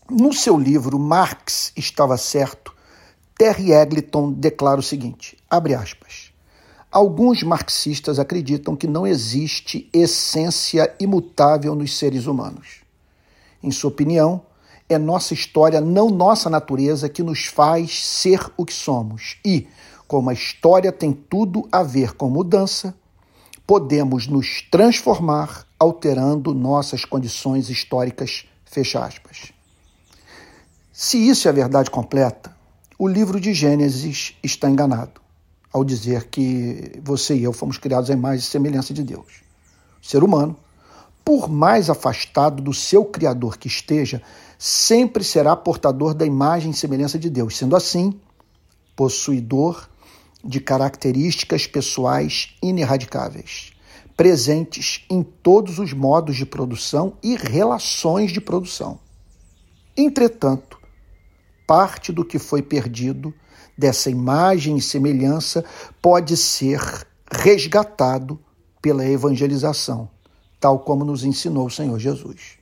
No seu livro Marx Estava Certo, Terry Eagleton declara o seguinte, abre aspas, alguns marxistas acreditam que não existe essência imutável nos seres humanos. Em sua opinião, é nossa história, não nossa natureza, que nos faz ser o que somos. E, como a história tem tudo a ver com mudança, podemos nos transformar alterando nossas condições históricas, fecha aspas. Se isso é a verdade completa, o livro de Gênesis está enganado ao dizer que você e eu fomos criados à imagem e semelhança de Deus. O ser humano, por mais afastado do seu Criador que esteja, sempre será portador da imagem e semelhança de Deus, sendo assim, possuidor de características pessoais ineradicáveis, presentes em todos os modos de produção e relações de produção. Entretanto, parte do que foi perdido dessa imagem e semelhança pode ser resgatado pela evangelização, tal como nos ensinou o Senhor Jesus.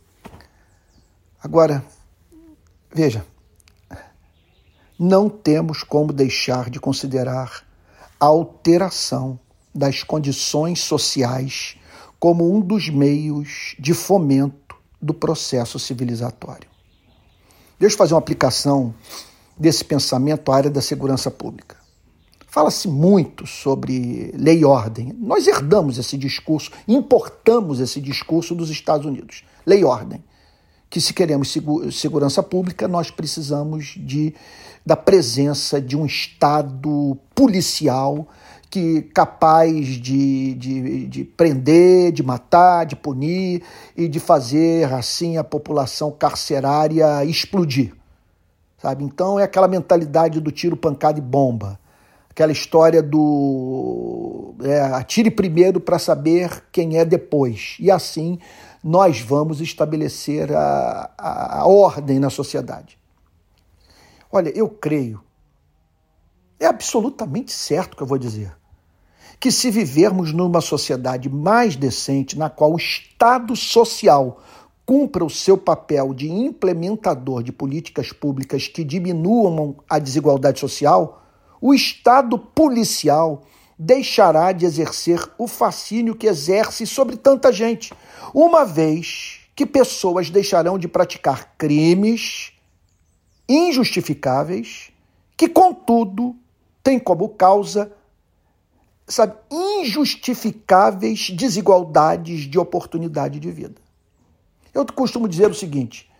Agora, veja, não temos como deixar de considerar a alteração das condições sociais como um dos meios de fomento do processo civilizatório. Deixa eu fazer uma aplicação desse pensamento à área da segurança pública. Fala-se muito sobre lei e ordem. Nós herdamos esse discurso, importamos esse discurso dos Estados Unidos. Lei e ordem. Que se queremos segurança pública, nós precisamos da presença de um Estado policial capaz de prender, de matar, de punir e de fazer, assim, a população carcerária explodir. Sabe? Então é aquela mentalidade do tiro, pancada e bomba. Aquela história do atire primeiro para saber quem é depois. E assim nós vamos estabelecer a ordem na sociedade. Olha, eu creio, é absolutamente certo o que eu vou dizer, que se vivermos numa sociedade mais decente, na qual o Estado social cumpra o seu papel de implementador de políticas públicas que diminuam a desigualdade social, o Estado policial deixará de exercer o fascínio que exerce sobre tanta gente, uma vez que pessoas deixarão de praticar crimes injustificáveis, que, contudo, têm como causa, injustificáveis desigualdades de oportunidade de vida. Eu costumo dizer o seguinte,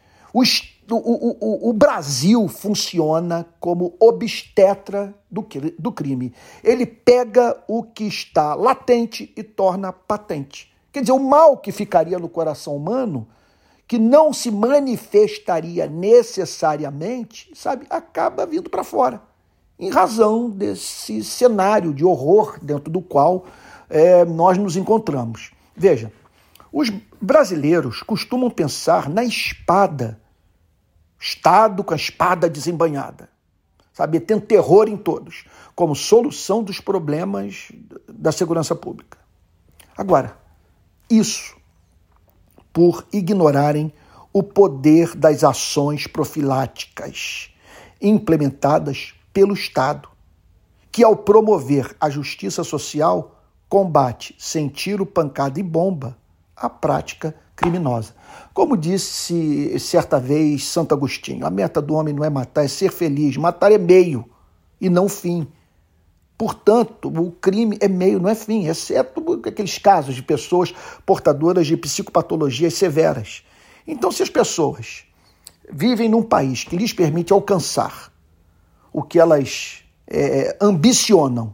o Brasil funciona como obstetra do crime. Ele pega o que está latente e torna patente. Quer dizer, o mal que ficaria no coração humano, que não se manifestaria necessariamente, acaba vindo para fora, em razão desse cenário de horror dentro do qual nós nos encontramos. Veja, os brasileiros costumam pensar na espada, Estado com a espada desembainhada, tendo terror em todos, como solução dos problemas da segurança pública. Agora, isso por ignorarem o poder das ações profiláticas implementadas pelo Estado, que ao promover a justiça social combate, sem tiro, pancada e bomba, a prática criminosa. Como disse certa vez Santo Agostinho, a meta do homem não é matar, é ser feliz. Matar é meio e não fim. Portanto, o crime é meio, não é fim, exceto aqueles casos de pessoas portadoras de psicopatologias severas. Então, se as pessoas vivem num país que lhes permite alcançar o que elas ambicionam,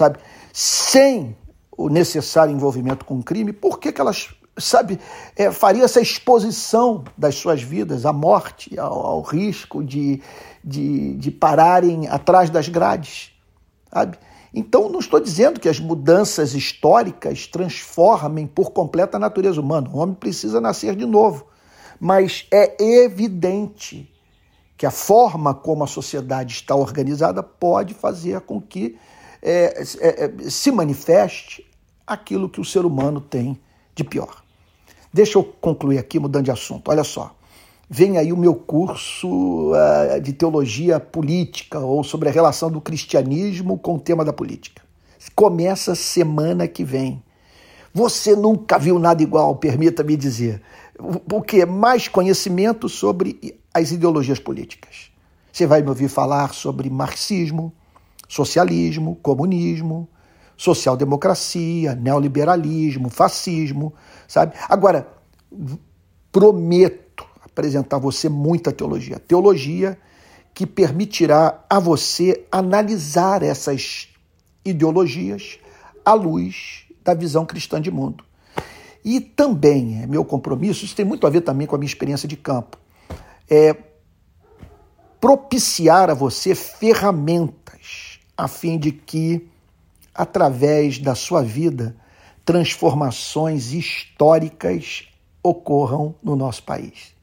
sem o necessário envolvimento com o crime, por que elas faria essa exposição das suas vidas à morte, ao risco de pararem atrás das grades, Então, não estou dizendo que as mudanças históricas transformem por completo a natureza humana. O homem precisa nascer de novo. Mas é evidente que a forma como a sociedade está organizada pode fazer com que se manifeste aquilo que o ser humano tem de pior. Deixa eu concluir aqui, mudando de assunto. Olha só. vem aí o meu curso de teologia política, ou sobre a relação do cristianismo com o tema da política. Começa semana que vem. Você nunca viu nada igual, permita-me dizer. O que? Mais conhecimento sobre as ideologias políticas. Você vai me ouvir falar sobre marxismo, socialismo, comunismo, social-democracia, neoliberalismo, fascismo, sabe? Agora, prometo apresentar a você muita teologia. Teologia que permitirá a você analisar essas ideologias à luz da visão cristã de mundo. E também é meu compromisso, isso tem muito a ver também com a minha experiência de campo, propiciar a você ferramentas a fim de que, através da sua vida, transformações históricas ocorram no nosso país.